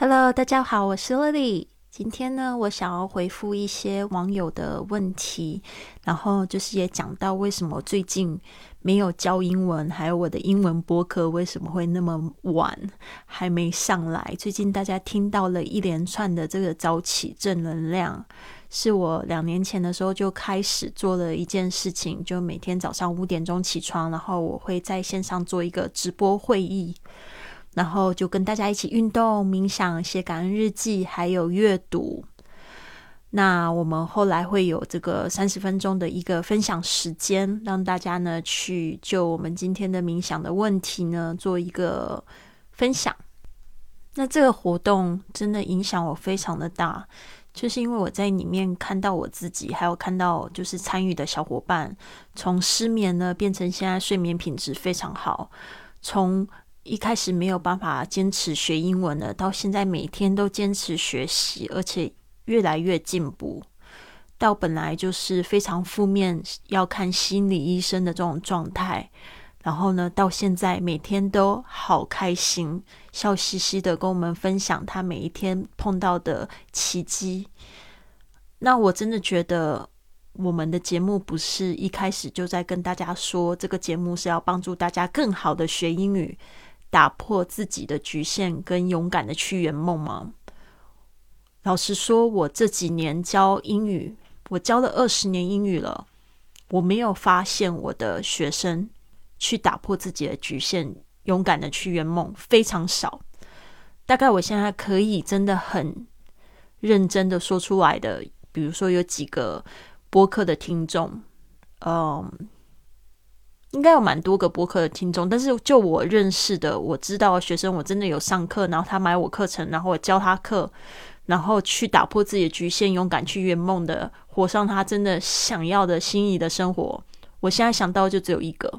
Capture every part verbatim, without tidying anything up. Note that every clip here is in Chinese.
Hello，大家好，我是 Lily。今天呢，我想要回复一些网友的问题，然后就是也讲到为什么最近没有教英文，还有我的英文播客为什么会那么晚还没上来。最近大家听到了一连串的这个早起正能量，是我两年前的时候就开始做了一件事情，就每天早上五点钟起床，然后我会在线上做一个直播会议，然后就跟大家一起运动、冥想、写感恩日记，还有阅读。那我们后来会有这个三十分钟的一个分享时间，让大家呢去就我们今天的冥想的问题呢做一个分享。那这个活动真的影响我非常的大，就是因为我在里面看到我自己，还有看到就是参与的小伙伴，从失眠呢变成现在睡眠品质非常好，从一开始没有办法坚持学英文的，到现在每天都坚持学习，而且越来越进步，到本来就是非常负面要看心理医生的这种状态，然后呢到现在每天都好开心，笑嘻嘻的跟我们分享他每一天碰到的奇迹。那我真的觉得我们的节目不是一开始就在跟大家说这个节目是要帮助大家更好的学英语，打破自己的局限，跟勇敢的去圆梦吗？老实说，我这几年教英语，我教了二十年英语了，我没有发现我的学生去打破自己的局限，勇敢的去圆梦，非常少。大概我现在可以真的很认真的说出来的，比如说有几个播客的听众，嗯，应该有蛮多个播客的听众，但是就我认识的，我知道的学生，我真的有上课，然后他买我课程，然后我教他课，然后去打破自己的局限，勇敢去圆梦的，活上他真的想要的心仪的生活，我现在想到就只有一个。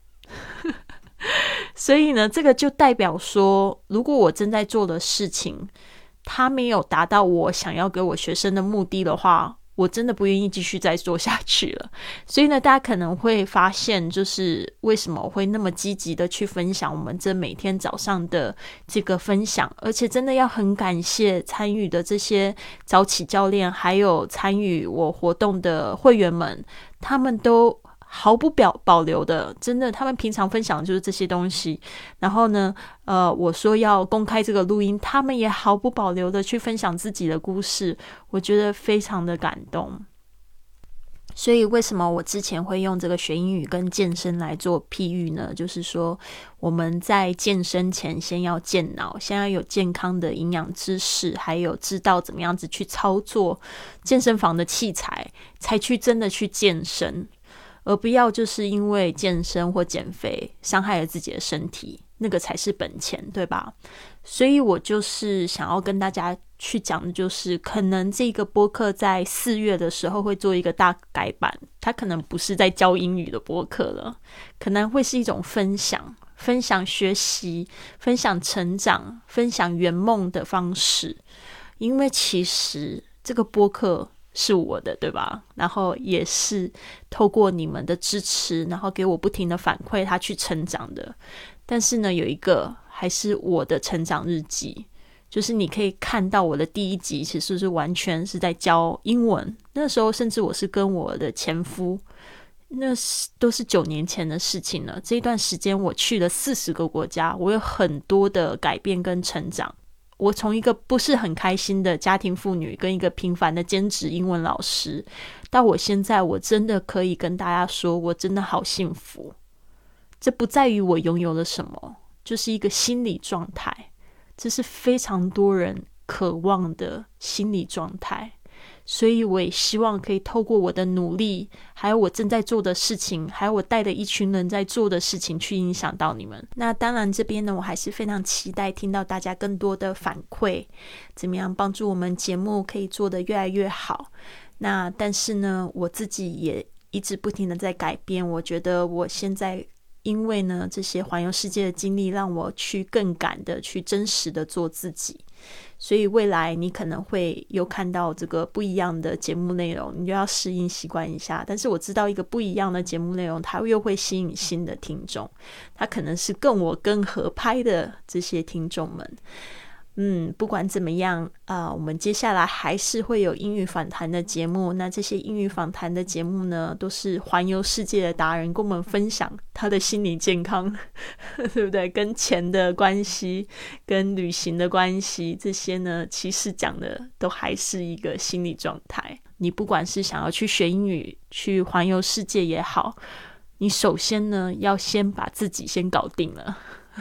所以呢，这个就代表说，如果我正在做的事情他没有达到我想要给我学生的目的的话，我真的不愿意继续再做下去了。所以呢，大家可能会发现，就是为什么我会那么积极的去分享我们这每天早上的这个分享，而且真的要很感谢参与的这些早起教练，还有参与我活动的会员们，他们都毫不表保留的，真的他们平常分享的就是这些东西，然后呢呃，我说要公开这个录音，他们也毫不保留的去分享自己的故事，我觉得非常的感动。所以为什么我之前会用这个学英语跟健身来做譬喻呢？就是说我们在健身前先要健脑，先要有健康的营养知识，还有知道怎么样子去操作健身房的器材，才去真的去健身，而不要就是因为健身或减肥伤害了自己的身体，那个才是本钱，对吧？所以我就是想要跟大家去讲的，就是可能这个播客在四月的时候会做一个大改版，它可能不是在教英语的播客了，可能会是一种分享分享学习，分享成长，分享圆梦的方式。因为其实这个播客是我的，对吧？然后也是透过你们的支持，然后给我不停的反馈，他去成长的。但是呢，有一个还是我的成长日记，就是你可以看到我的第一集其实是完全是在教英文，那时候甚至我是跟我的前夫，那都是九年前的事情了。这一段时间我去了四十个国家，我有很多的改变跟成长。我从一个不是很开心的家庭妇女跟一个平凡的兼职英文老师，到我现在我真的可以跟大家说，我真的好幸福。这不在于我拥有了什么，就是一个心理状态，这是非常多人渴望的心理状态。所以我也希望可以透过我的努力，还有我正在做的事情，还有我带的一群人在做的事情，去影响到你们。那当然这边呢，我还是非常期待听到大家更多的反馈，怎么样帮助我们节目可以做得越来越好。那但是呢，我自己也一直不停的在改变，我觉得我现在因为呢这些环游世界的经历，让我去更敢的去真实的做自己，所以未来你可能会有看到这个不一样的节目内容，你就要适应习惯一下。但是我知道一个不一样的节目内容，它又会吸引新的听众，它可能是跟我更合拍的这些听众们。 嗯，不管怎么样啊、呃，我们接下来还是会有英语访谈的节目。那这些英语访谈的节目呢，都是环游世界的达人跟我们分享他的心理健康，对不对？跟钱的关系，跟旅行的关系，这些呢，其实讲的都还是一个心理状态。你不管是想要去学英语，去环游世界也好，你首先呢，要先把自己先搞定了，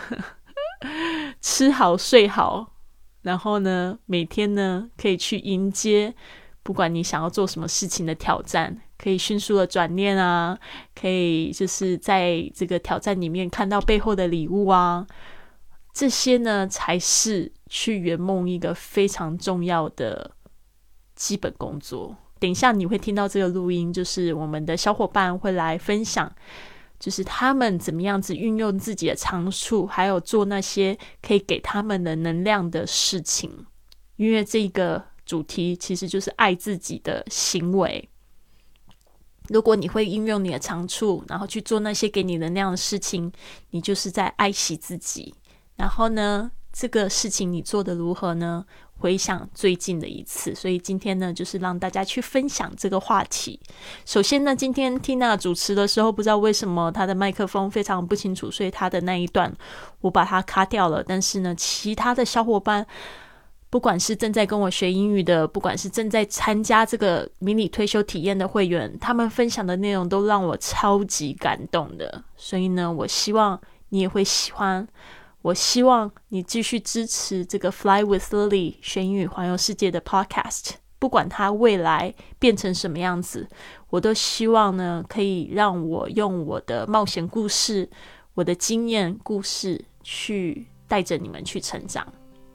吃好睡好。然后呢，每天呢可以去迎接不管你想要做什么事情的挑战，可以迅速的转念啊，可以就是在这个挑战里面看到背后的礼物啊，这些呢才是去圆梦一个非常重要的基本工作。等一下你会听到这个录音，就是我们的小伙伴会来分享就是他们怎么样子运用自己的长处，还有做那些可以给他们的能量的事情。因为这个主题其实就是爱自己的行为。如果你会运用你的长处，然后去做那些给你能量的事情，你就是在爱惜自己。然后呢，这个事情你做得如何呢？回想最近的一次，所以今天呢，就是让大家去分享这个话题。首先呢，今天 Tina 主持的时候，不知道为什么她的麦克风非常不清楚，所以她的那一段我把它卡掉了。但是呢，其他的小伙伴，不管是正在跟我学英语的，不管是正在参加这个迷你退休体验的会员，他们分享的内容都让我超级感动的。所以呢，我希望你也会喜欢。我希望你继续支持这个 Fly with Lily 学英语环游世界的 podcast， 不管它未来变成什么样子，我都希望呢，可以让我用我的冒险故事，我的经验故事去带着你们去成长。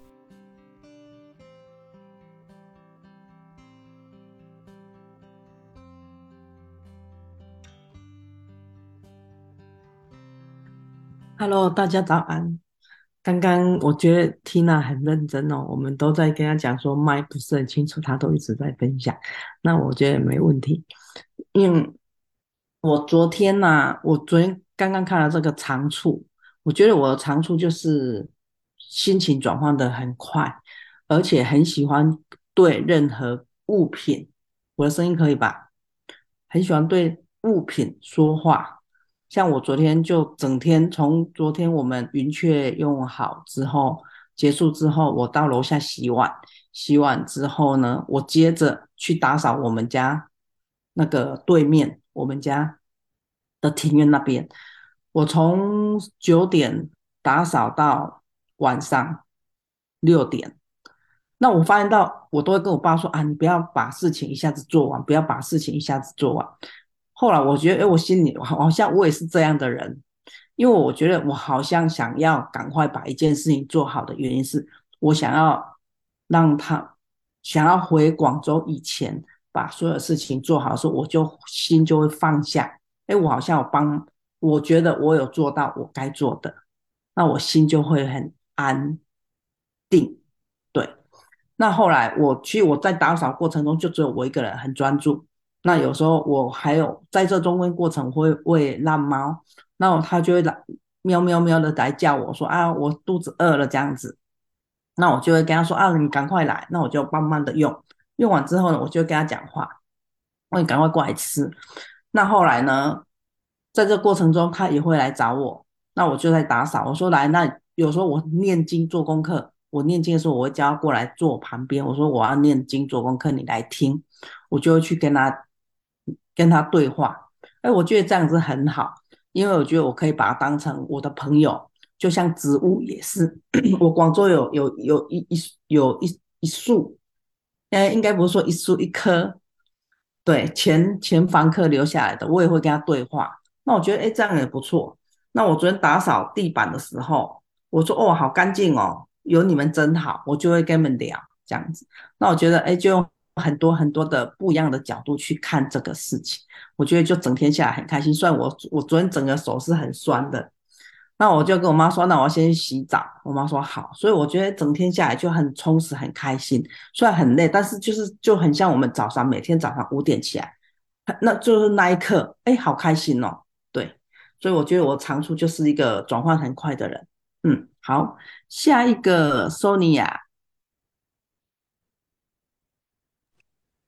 Hello，大家早安。刚刚我觉得 Tina 很认真哦，我们都在跟她讲说麦不是很清楚，她都一直在分享。那我觉得没问题，因为我昨天呐、啊我昨天刚刚看了这个长处，我觉得我的长处就是心情转换的很快，而且很喜欢对任何物品，我的声音可以吧？很喜欢对物品说话。像我昨天就整天从昨天我们云雀用好之后结束之后，我到楼下洗碗，洗碗之后呢，我接着去打扫我们家那个对面我们家的庭院那边，我从九点打扫到晚上六点。那我发现到，我都会跟我爸说啊，你不要把事情一下子做完，不要把事情一下子做完。后来我觉得，哎，我心里好像我也是这样的人，因为我觉得我好像想要赶快把一件事情做好的原因是，我想要让他想要回广州以前把所有事情做好的时候，我就心就会放下。哎，我好像有帮，我觉得我有做到我该做的，那我心就会很安定。对。那后来我其实我在打扫过程中就只有我一个人很专注。那有时候我还有在这中间过程会喂烂猫，那它就会来喵喵喵的来叫我说啊，我肚子饿了这样子。那我就会跟他说啊，你赶快来。那我就慢慢的用，用完之后呢，我就跟他讲话，我你赶快过来吃。那后来呢，在这过程中他也会来找我，那我就在打扫。我说来，那有时候我念经做功课，我念经的时候我会叫他过来坐旁边，我说我要念经做功课，你来听，我就会去跟他跟他对话。哎，我觉得这样子很好，因为我觉得我可以把他当成我的朋友，就像植物也是。我广州有有有一一有一一树，呃，应该不是说一树一棵，对，前前房客留下来的，我也会跟他对话。那我觉得，哎，这样也不错。那我昨天打扫地板的时候，我说，哦，好干净哦，有你们真好，我就会跟他们聊这样子。那我觉得，哎，就用很多很多的不一样的角度去看这个事情，我觉得就整天下来很开心。虽然我我昨天整个手是很酸的，那我就跟我妈说，那我要先去洗澡。我妈说好，所以我觉得整天下来就很充实、很开心。虽然很累，但是就是就很像我们早上每天早上五点起来，那就是那一刻，哎，好开心哦。对，所以我觉得我长处就是一个转换很快的人。嗯，好，下一个 Sonia。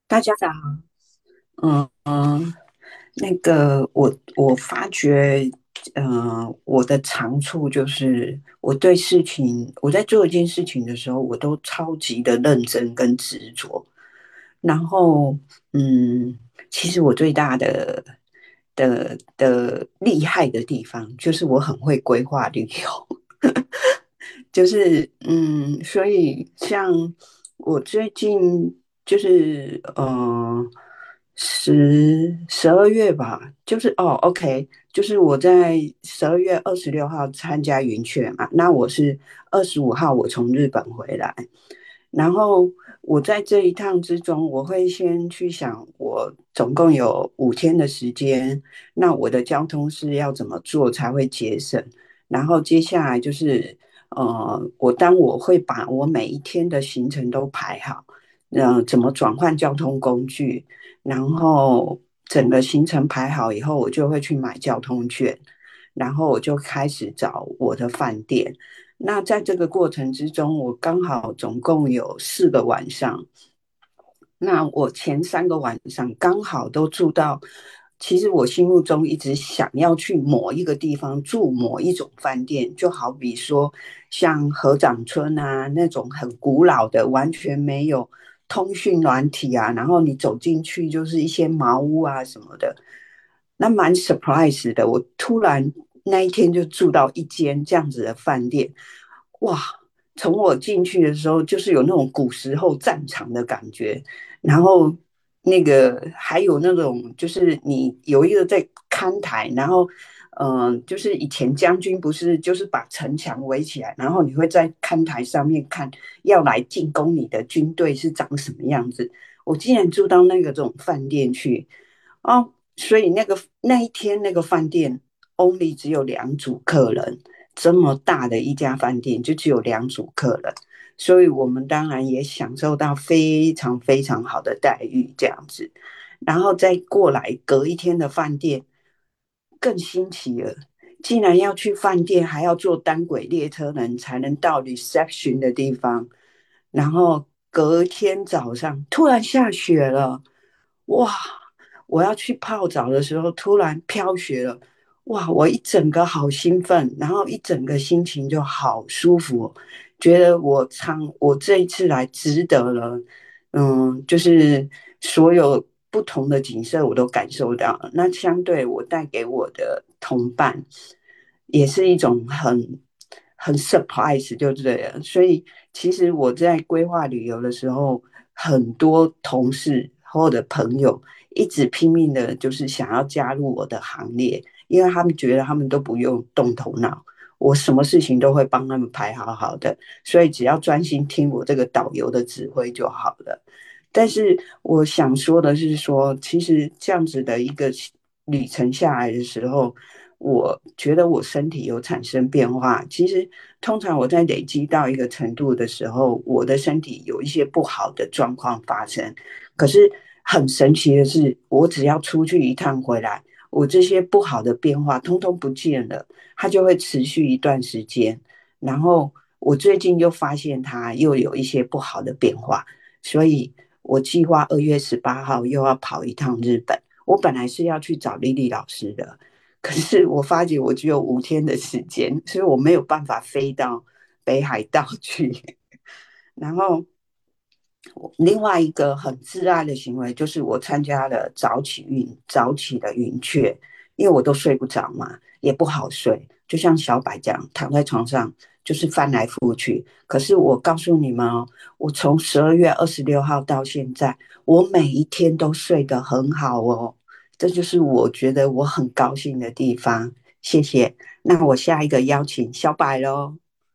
大家好。嗯嗯，那个我我发觉，呃，我的长处就是我对事情，我在做一件事情的时候，我都超级的认真跟执着。然后，嗯，其实我最大的的的厉害的地方，就是我很会规划旅游。就是嗯，所以像我最近就是呃十十二月吧，就是哦，OK，就是我在十二月二十六号参加云雀嘛，那我是二十五号我从日本回来。然后我在这一趟之中，我会先去想，我总共有五天的时间，那我的交通是要怎么做才会节省？然后接下来就是，呃，我当我会把我每一天的行程都排好，呃，怎么转换交通工具，然后整个行程排好以后，我就会去买交通券，然后我就开始找我的饭店。那在这个过程之中，我刚好总共有四个晚上。那我前三个晚上刚好都住到，其实我心目中一直想要去某一个地方住某一种饭店，就好比说像合掌村啊那种很古老的，完全没有通讯软体啊，然后你走进去就是一些茅屋啊什么的，那蛮 surprise 的。我突然那一天就住到一间这样子的饭店，哇！从我进去的时候，就是有那种古时候战场的感觉。然后那个还有那种，就是你有一个在看台，然后嗯、呃就是以前将军不是就是把城墙围起来，然后你会在看台上面看要来进攻你的军队是长什么样子。我竟然住到那个这种饭店去哦，所以那个那一天那个饭店 only 只有两组客人，这么大的一家饭店就只有两组客人。所以我们当然也享受到非常非常好的待遇，这样子。然后再过来隔一天的饭店，更新奇了，竟然要去饭店还要坐单轨列车人才能到 reception 的地方，然后隔天早上突然下雪了，哇！我要去泡澡的时候，突然飘雪了，哇！我一整个好兴奋，然后一整个心情就好舒服哦，觉得我唱我这一次来值得了。嗯，就是所有不同的景色我都感受到了。那相对我带给我的同伴，也是一种很很 surprise 就对了。所以其实我在规划旅游的时候，很多同事或者朋友一直拼命的，就是想要加入我的行列，因为他们觉得他们都不用动头脑。我什么事情都会帮他们排好好的，所以只要专心听我这个导游的指挥就好了。但是我想说的是说，其实这样子的一个旅程下来的时候，我觉得我身体有产生变化。其实通常我在累积到一个程度的时候，我的身体有一些不好的状况发生。可是很神奇的是，我只要出去一趟回来，我这些不好的变化通通不见了，它就会持续一段时间。然后我最近又发现它又有一些不好的变化，所以我计划二月十八号又要跑一趟日本。我本来是要去找丽丽老师的，可是我发觉我只有五天的时间，所以我没有办法飞到北海道去。然后另外一个很自爱的行为就是我参加了早起运早起的云雀，因为我都睡不着嘛，也不好睡，就像小白这样躺在床上就是翻来覆去。可是我告诉你们哦，我从十二月二十六号到现在，我每一天都睡得很好哦，这就是我觉得我很高兴的地方。谢谢。那我下一个邀请小白喽。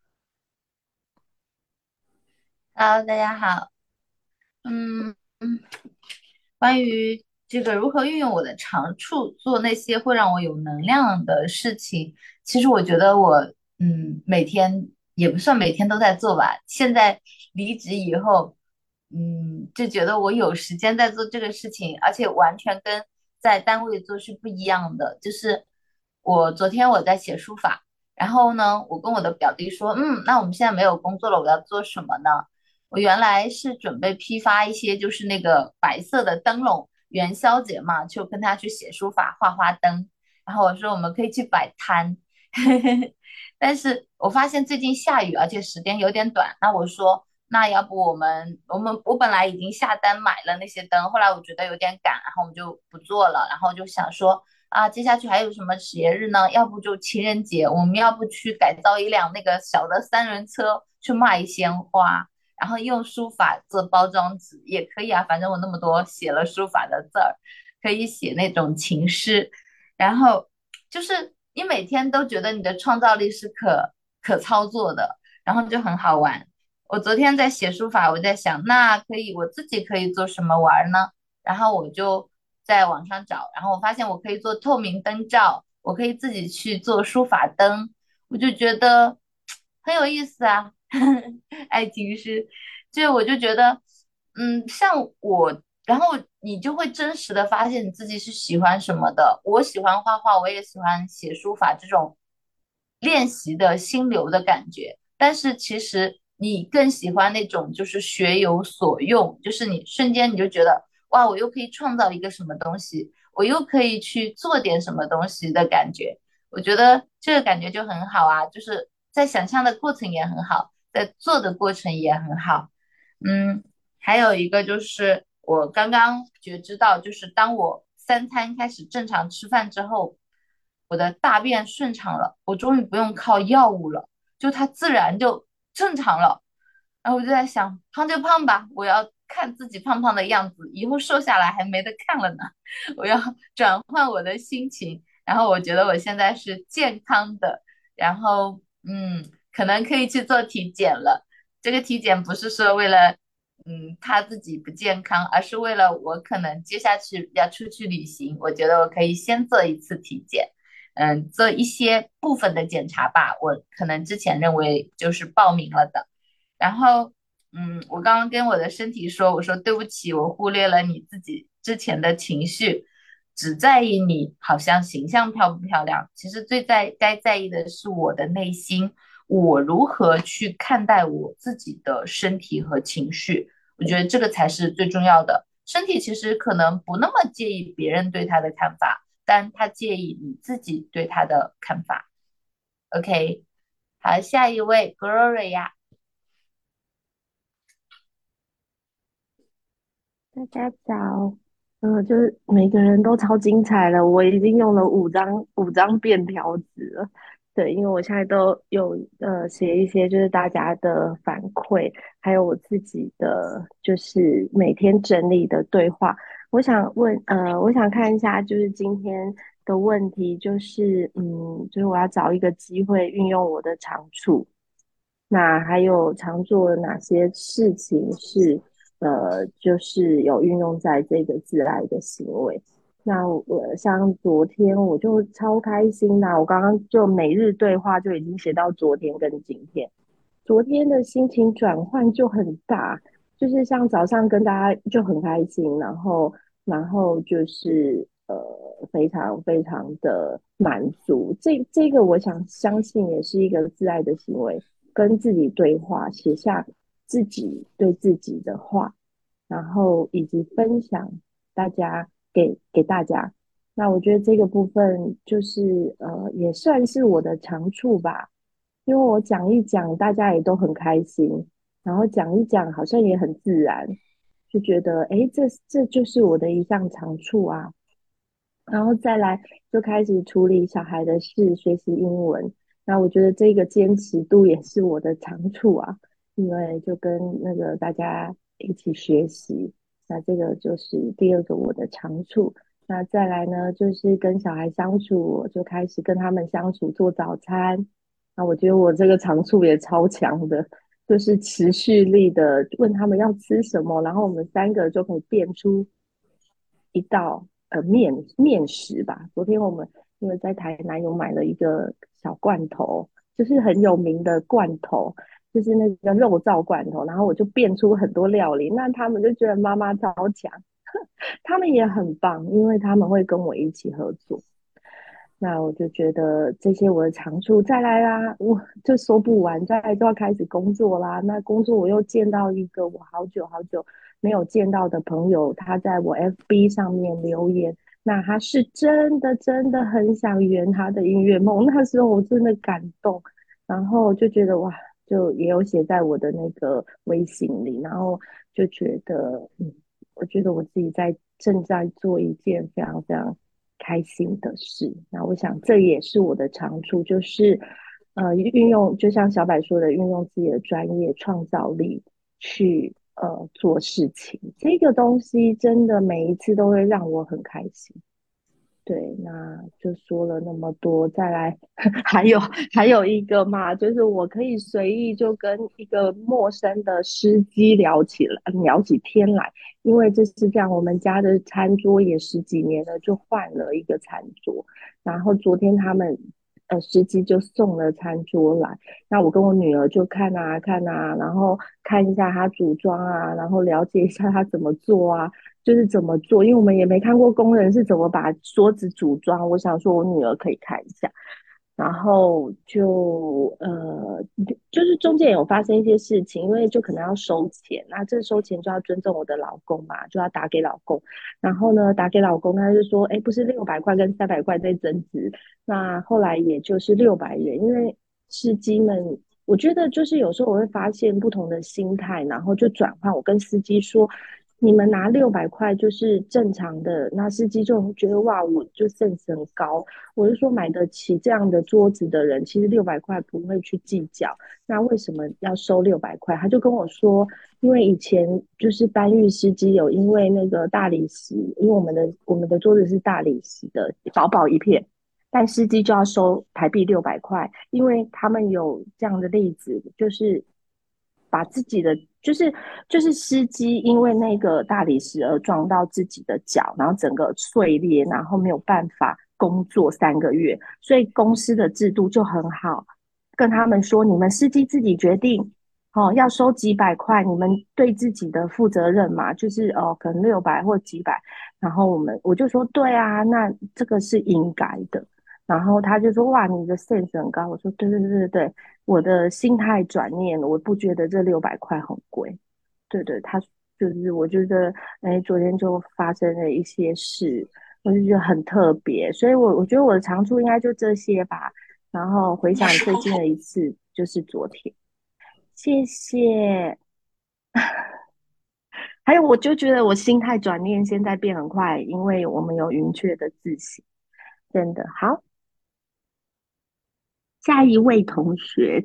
Hello，大家好。嗯嗯，关于这个如何运用我的长处做那些会让我有能量的事情，其实我觉得我嗯每天也不算每天都在做吧。现在离职以后，嗯就觉得我有时间在做这个事情，而且完全跟在单位做是不一样的。就是我昨天我在写书法，然后呢，我跟我的表弟说，嗯，那我们现在没有工作了，我要做什么呢？ 我原来是准备批发一些就是那个白色的灯笼，元宵节嘛，就跟他去写书法、画花灯。然后我说我们可以去摆摊，但是我发现最近下雨，而且时间有点短。那我说，那要不我们我们我本来已经下单买了那些灯，后来我觉得有点赶，然后我们就不做了。然后就想说啊，接下去还有什么节日呢？要不就情人节，我们要不去改造一辆那个小的三轮车去卖鲜花，然后用书法做包装纸也可以啊。反正我那么多写了书法的字儿，可以写那种情诗。然后就是你每天都觉得你的创造力是可可操作的，然后就很好玩。我昨天在写书法，我在想，那可以我自己可以做什么玩呢？然后我就在网上找，然后我发现我可以做透明灯罩，我可以自己去做书法灯，我就觉得很有意思啊。爱情是，就我就觉得，嗯，像我，然后你就会真实的发现你自己是喜欢什么的。我喜欢画画，我也喜欢写书法这种练习的心流的感觉。但是其实你更喜欢那种就是学有所用，就是你瞬间你就觉得哇，我又可以创造一个什么东西，我又可以去做点什么东西的感觉。我觉得这个感觉就很好啊，就是在想象的过程也很好，在做的过程也很好。嗯，还有一个就是我刚刚觉知到，就是当我三餐开始正常吃饭之后，我的大便顺畅了，我终于不用靠药物了，就它自然就正常了。然后我就在想，胖就胖吧，我要看自己胖胖的样子，以后瘦下来还没得看了呢。我要转换我的心情，然后我觉得我现在是健康的，然后嗯，可能可以去做体检了。这个体检不是说为了嗯他自己不健康，而是为了我可能接下去要出去旅行，我觉得我可以先做一次体检，嗯，做一些部分的检查吧。我可能之前认为就是报名了的，然后嗯，我刚刚跟我的身体说，我说对不起，我忽略了你自己之前的情绪，只在意你好像形象漂不漂亮，其实最在该在意的是我的内心。我如何去看待我自己的身体和情绪？我觉得这个才是最重要的。身体其实可能不那么介意别人对他的看法，但他介意你自己对他的看法。OK，好，下一位 Gloria。 大家早，嗯，就是每个人都超精彩了，我已经用了五张五张便条纸了，对，因为我现在都有呃写一些就是大家的反馈，还有我自己的就是每天整理的对话。我想问，呃，我想看一下就是今天的问题，就是嗯，就是我要找一个机会运用我的长处。那还有常做的哪些事情是呃，就是有运用在这个自爱的行为？那我像昨天我就超开心的，我刚刚就每日对话就已经写到昨天跟今天，昨天的心情转换就很大，就是像早上跟大家就很开心，然后然后就是呃非常非常的满足，这这个我想相信也是一个自爱的行为，跟自己对话，写下自己对自己的话，然后以及分享大家给给大家。那我觉得这个部分就是呃，也算是我的长处吧，因为我讲一讲，大家也都很开心，然后讲一讲，好像也很自然，就觉得诶，这这就是我的一项长处啊。然后再来就开始处理小孩的事，学习英文。那我觉得这个坚持度也是我的长处啊，因为就跟那个大家一起学习，那这个就是第二个我的长处。那再来呢，就是跟小孩相处，我就开始跟他们相处，做早餐。那我觉得我这个长处也超强的，就是持续力的问他们要吃什么，然后我们三个就可以变出一道呃面面食吧。昨天我们因为在台南有买了一个小罐头，就是很有名的罐头，就是那个肉燥罐头，然后我就变出很多料理，那他们就觉得妈妈超强，他们也很棒，因为他们会跟我一起合作。 那我就觉得这些我的长处再来啦，我就说不完，再来就要开始工作啦。那工作我又见到一个我好久好久没有见到的朋友，他在我 F B 上面留言，那他是真的真的很想圆他的音乐梦，那时候我真的感动，然后就觉得哇，就也有写在我的那个微信里，然后就觉得嗯。我觉得我自己在正在做一件非常非常开心的事。那我想这也是我的长处，就是呃运用，就像小柏说的，运用自己的专业创造力去呃做事情。这个东西真的每一次都会让我很开心。对，那就说了那么多，再来还有还有一个嘛，就是我可以随意就跟一个陌生的司机聊起来，聊起天来，因为这是这样，我们家的餐桌也十几年了，就换了一个餐桌，然后昨天他们呃司机就送了餐桌来，那我跟我女儿就看啊看啊，然后看一下他组装啊，然后了解一下他怎么做啊。就是怎么做，因为我们也没看过工人是怎么把桌子组装。我想说，我女儿可以看一下，然后就呃，就是中间有发生一些事情，因为就可能要收钱，那这收钱就要尊重我的老公嘛，就要打给老公。然后呢，打给老公，他就说，哎，不是六百块跟三百块在增值，那后来也就是六百元，因为司机们。我觉得就是有时候我会发现不同的心态，然后就转换。我跟司机说，你们拿六百块就是正常的，那司机就觉得哇，我就 sense 很高。我就说买得起这样的桌子的人，其实六百块不会去计较。那为什么要收六百块？他就跟我说，因为以前就是搬运司机有因为那个大理石，因为我们的我们的桌子是大理石的，薄薄一片。但司机就要收台币六百块，因为他们有这样的例子，就是把自己的，就是就是司机因为那个大理石而撞到自己的脚，然后整个碎裂，然后没有办法工作三个月，所以公司的制度就很好，跟他们说，你们司机自己决定。哦，要收几百块，你们对自己的负责任嘛，就是哦，可能六百或几百，然后我们我就说对啊，那这个是应该的。然后他就说：“哇，你的 sense 很高。”我说：“对对对对对，我的心态转念了，我不觉得这六百块很贵。”对对，他就是我觉得，哎，昨天就发生了一些事，我就觉得很特别，所以我我觉得我的长处应该就这些吧。然后回想最近的一次就是昨天，谢谢。还有，我就觉得我心态转念现在变很快，因为我们有明确的自信，真的好。下一位同学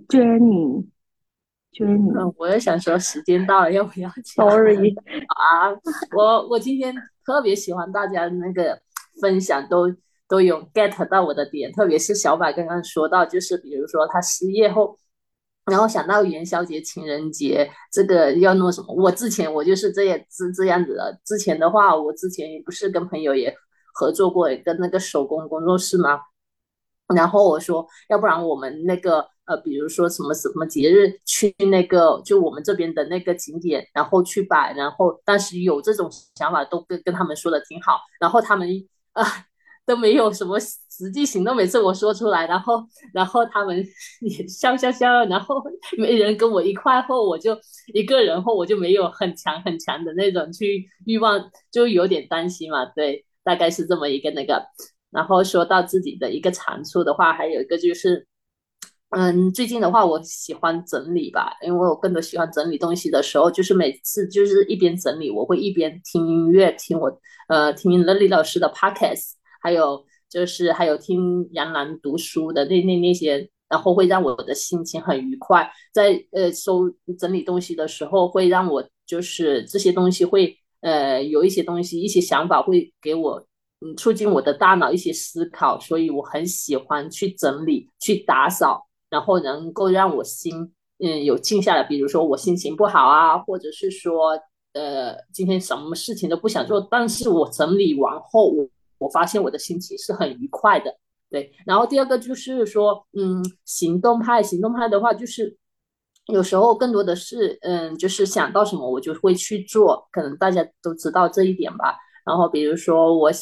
嗯， ，Jenny，Jenny，sorry， 我也想说，时间到了，要不要讲啊？我我今天特别喜欢大家的那个分享，都都有 get 到我的点，特别是小柏刚刚说到，就是比如说他失业后，然后想到元宵节、情人节这个要弄什么，我之前我就是这样这这样子的。之前的话，我之前不是跟朋友也合作过，跟那个手工工作室吗？然后我说，要不然我们那个呃，比如说什么什么节日去那个就我们这边的那个景点，然后去摆，然后当时有这种想法，都跟跟他们说的挺好，然后他们啊、呃、都没有什么实际行动，每次我说出来，然后然后他们也笑笑笑，然后没人跟我一块后，我就一个人后，我就没有很强很强的那种去欲望，就有点担心嘛，对，大概是这么一个那个。然后说到自己的一个长处的话，还有一个就是，嗯，最近的话，我喜欢整理吧，因为我更多喜欢整理东西的时候，就是每次就是一边整理，我会一边听音乐，听我呃听 Lily 老师的 podcast，还有就是还有听杨澜读书的那那那些，然后会让我的心情很愉快。在呃收整理东西的时候，会让我就是这些东西会呃有一些东西一些想法会给我嗯，促进我的大脑一些思考，所以我很喜欢去整理、去打扫，然后能够让我心嗯有静下来。比如说我心情不好啊，或者是说呃今天什么事情都不想做，但是我整理完后，我我发现我的心情是很愉快的。对，然后第二个就是说，嗯，行动派，行动派的话就是有时候更多的是，嗯，就是想到什么我就会去做，可能大家都知道这一点吧。然后比如说我想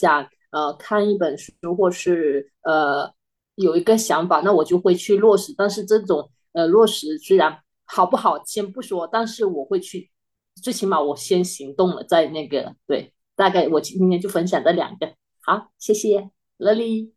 呃看一本书，或是呃有一个想法，那我就会去落实。但是这种呃落实虽然好不好先不说，但是我会去，最起码我先行动了，在那个对，大概我今天就分享这两个。好，谢谢乐丽。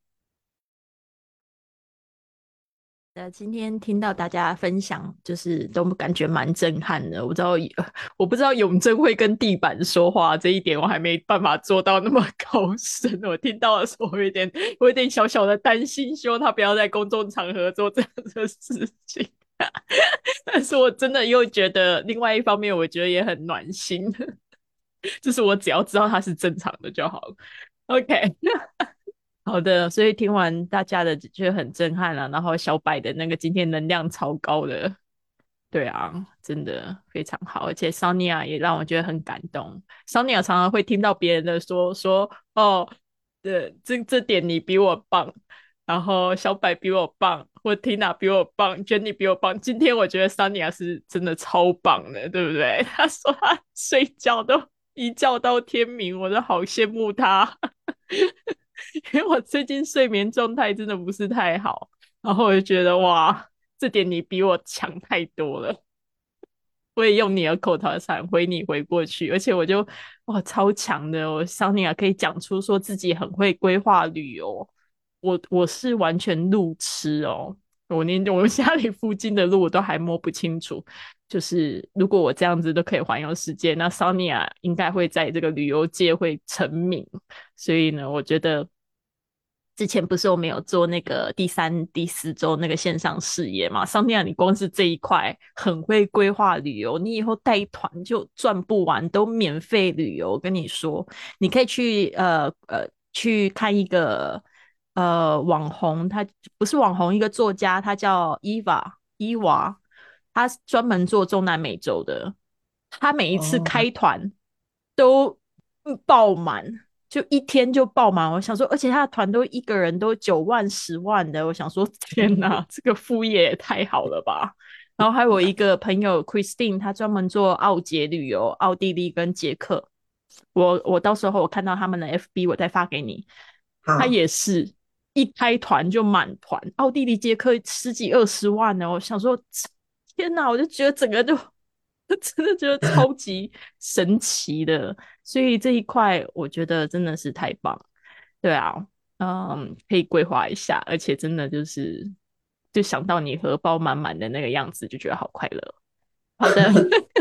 呃，今天听到大家分享，就是都感觉蛮震撼的。我知道，我不知道永贞会跟地板说话这一点，我还没办法做到那么高深。我听到的时候，我有点，我有点小小的担心，希望他不要在公众场合做这样的事情。但是我真的又觉得，另外一方面，我觉得也很暖心，就是我只要知道他是正常的就好了。OK。好的，所以听完大家的觉得很震撼了，然后小柏的那个今天能量超高的，对啊，真的非常好，而且 Sonia 也让我觉得很感动。Sonia 常常会听到别人的说说哦，这这这点你比我棒，然后小柏比我棒，或 Tina 比我棒，Jenny 比我棒。今天我觉得 Sonia 是真的超棒的，对不对？她说她睡觉都一觉到天明，我都好羡慕她。因为我最近睡眠状态真的不是太好，然后我就觉得哇，这点你比我强太多了。我也用你的口头禅回你回过去，而且我就哇超强的，我桑尼亚可以讲出说自己很会规划旅游，我我是完全路痴哦，我连我们家里附近的路我都还摸不清楚。就是如果我这样子都可以环游世界，那桑尼亚应该会在这个旅游界会成名。所以呢，我觉得之前不是我们有做那个第三、第四周那个线上事业嘛？桑尼亚，你光是这一块很会规划旅游，你以后带团就赚不完，都免费旅游。我跟你说，你可以去呃呃去看一个呃网红，他不是网红，一个作家，他叫伊娃伊娃，他专门做中南美洲的，他每一次哦， 开团都爆满。就一天就爆满，我想说，而且他的团队一个人都九万、十万的，我想说，天哪，这个副业也太好了吧！然后还有一个朋友 Christine，她专门做奥捷旅游，奥地利跟捷克。我我到时候我看到他们的 F B，我再发给你。他好， 也是一开团就满团，奥地利、捷克十几二十万呢。我想说，天哪，我就觉得整个就真的觉得超级神奇的。所以这一块我觉得真的是太棒，对啊，嗯，可以规划一下，而且真的就是就想到你荷包满满的那个样子，就觉得好快乐。好的。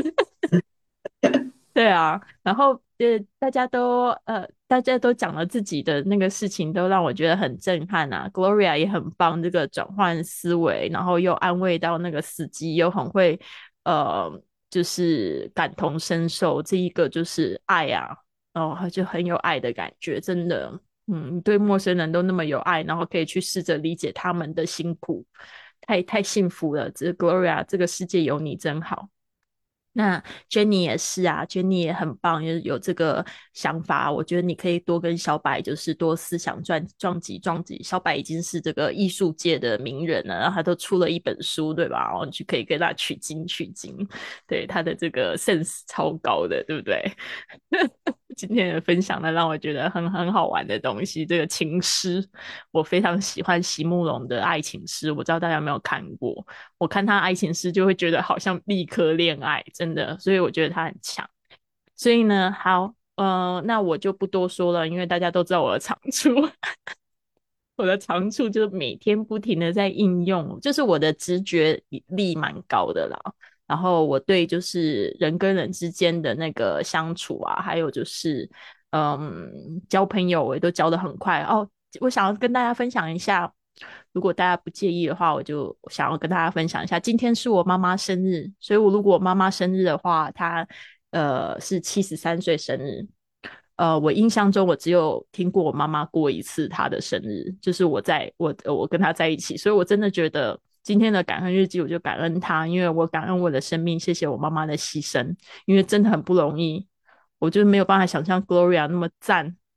对啊，然后呃，大家都呃，大家都讲了自己的那个事情，都让我觉得很震撼啊。Gloria 也很棒，这个转换思维，然后又安慰到那个司机，又很会呃，就是感同身受，这一个就是爱啊，哦，就很有爱的感觉，真的，嗯，你对陌生人都那么有爱，然后可以去试着理解他们的辛苦，太太幸福了。这 Gloria，这个世界有你真好。那 Jenny 也是啊，Jenny 也很棒，有有这个想法。我觉得你可以多跟小柏，就是多思想撞撞击撞击。小柏已经是这个艺术界的名人了，然后他都出了一本书，对吧？然后你就可以跟他取经取经，对他的这个 sense 超高的，对不对？今天的分享呢，让我觉得很很好玩的东西。这个情诗，我非常喜欢席慕容的爱情诗，我不知道大家有没有看过。我看他爱情诗就会觉得好像立刻恋爱，真的，所以我觉得他很强。所以呢，好，呃，那我就不多说了，因为大家都知道我的长处。我的长处就是每天不停的在应用，就是我的直觉力蛮高的啦。然后我对就是人跟人之间的那个相处啊，还有就是嗯交朋友，我也都交得很快哦。我想要跟大家分享一下，如果大家不介意的话，我就想要跟大家分享一下，今天是我妈妈生日，所以我如果妈妈生日的话，她呃是七十三岁生日。呃，我印象中我只有听过我妈妈过一次她的生日，就是我在我我跟她在一起，所以我真的觉得今天的感恩日记，我就感恩她，因为我感恩我的生命，谢谢我妈妈的牺牲，因为真的很不容易，我就没有办法想象 Gloria 那么赞，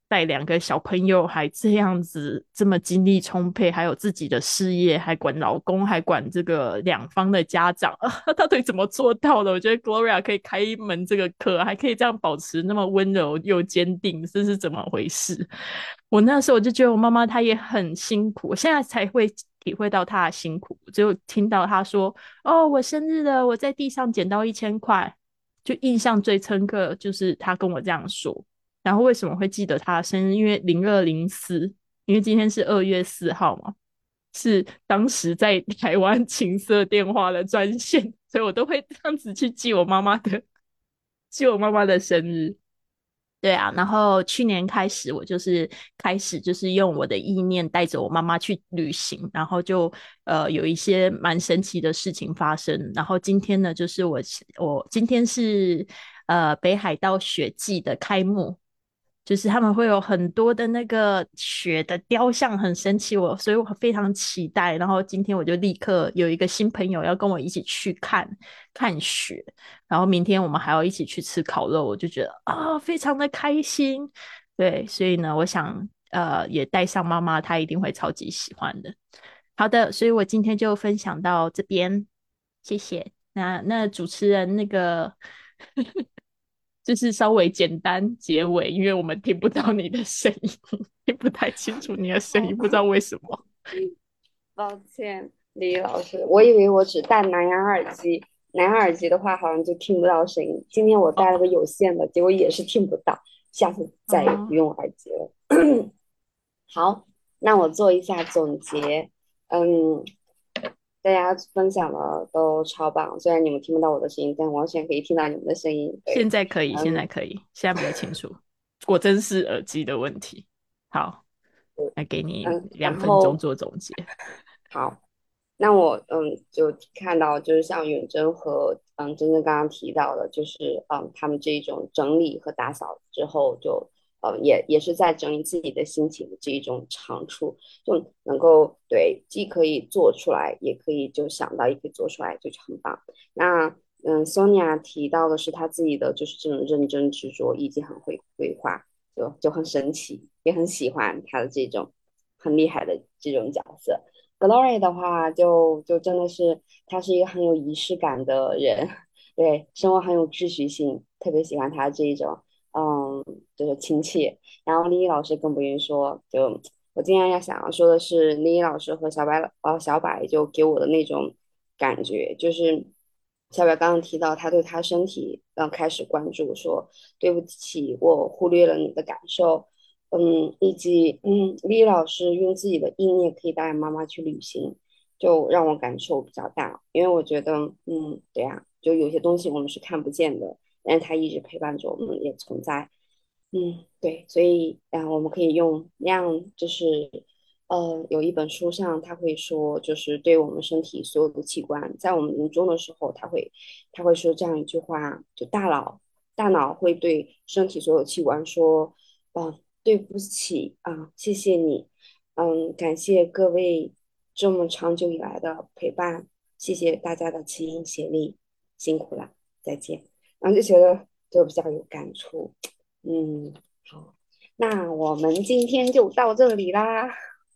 带两个小朋友还这样子这么精力充沛，还有自己的事业，还管老公，还管这个两方的家长，他到底怎么做到的？我觉得 Gloria 可以开一门这个课，还可以这样保持那么温柔又坚定，这是怎么回事？我那时候我就觉得我妈妈她也很辛苦，我现在才会体会到她的辛苦，就听到她说哦我生日了，我在地上捡到一千块，就印象最深刻就是她跟我这样说。然后为什么会记得她的生日？因为零二零四，因为今天是二月四号嘛，是当时在台湾情色电话的专线，所以我都会这样子去记我妈妈的记我妈妈的生日。对啊，然后去年开始，我就是开始就是用我的意念带着我妈妈去旅行，然后就呃有一些蛮神奇的事情发生。然后今天呢，就是我我今天是呃北海道雪季的开幕，就是他们会有很多的那个雪的雕像，很神奇我，所以我非常期待。然后今天我就立刻有一个新朋友要跟我一起去看看雪，然后明天我们还要一起去吃烤肉，我就觉得啊、非常的开心。对，所以呢，我想呃也带上妈妈，她一定会超级喜欢的。好的，所以我今天就分享到这边，谢谢。那那主持人那个就是稍微简单结尾，因为我们听不到你的声音，听不太清楚你的声音，不知道为什么。 抱歉，李毅老师，我以为我只戴蓝牙耳机，蓝牙耳机的话好像就听不到声音。今天我戴了个有线的，结果也是听不到，下次再也不用耳机了。好，那我做一下总结。嗯，大家分享的都超棒，虽然你们听不到我的声音，但完全可以听到你们的声音。 现在可以， 嗯现在可以，现在比较清楚。果真是耳机的问题。好，来给你嗯， 两然后分钟做总结。 好，那我嗯就看到就是像永贞和嗯真正刚刚提到的，就是嗯他们这一种整理和打扫之后就。呃，也也是在整理自己的心情的这一种长处，就能够对，既可以做出来，也可以就想到，也可以做出来，就是很棒。那嗯，Sonia 提到的是她自己的就是这种认真执着，以及很会规划，就就很神奇，也很喜欢她的这种很厉害的这种角色。Glory 的话就，就真的是她是一个很有仪式感的人，对，生活很有秩序性，特别喜欢她这一种。嗯，就是亲切。然后丽丽老师更不用说，就我今天要想要说的是，丽丽老师和小白呃小白就给我的那种感觉，就是小白刚刚提到他对他身体嗯开始关注，说对不起，我忽略了你的感受，嗯，以及嗯丽丽老师用自己的意念可以带妈妈去旅行，就让我感受比较大，因为我觉得嗯对呀、就有些东西我们是看不见的。但是它一直陪伴着我们，也存在。嗯，对，所以啊、呃我们可以用那样，就是呃，有一本书上他会说，就是对我们身体所有的器官，在我们临终的时候，他会他会说这样一句话，就大脑大脑会对身体所有器官说，啊、对不起啊、谢谢你，嗯，感谢各位这么长久以来的陪伴，谢谢大家的齐心协力，辛苦了，再见。然后就觉得就比较有感触。嗯，好，那我们今天就到这里啦。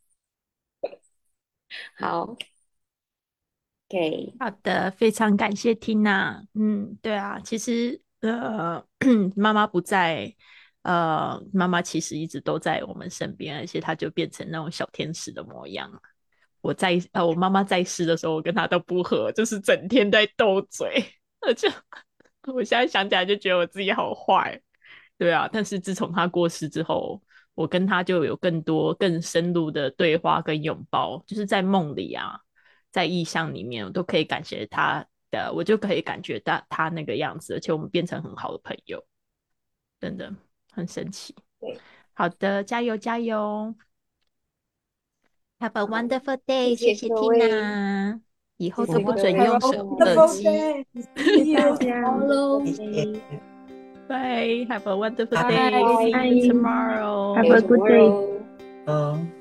好，OK， 好的，非常感谢 Tina。嗯，对啊，其实呃，妈妈不在，呃，妈妈其实一直都在我们身边，而且她就变成那种小天使的模样。我在呃，我妈妈在世的时候，我跟她都不合，就是整天在斗嘴，而且我现在想起来就觉得我自己好坏。对啊，但是自从她过世之后，我跟她就有更多更深入的对话跟拥抱，就是在梦里啊。在意象里面，我都可以感觉他的，我就可以感觉到他那个样子，而且我们变成很好的朋友，真的很神奇。 对， 好的，加油加油！Have a 好， wonderful 谢 day，谢谢谢各位， Tina。以后谢都不谢各位， 准用手 Have a 耳 wonderful 机。 day. 谢 See 谢大 you 家， tomorrow. 谢谢， Bye，Have a wonderful 拜 day. See 拜 you 拜 tomorrow. Have a good day. tomorrow。 哦。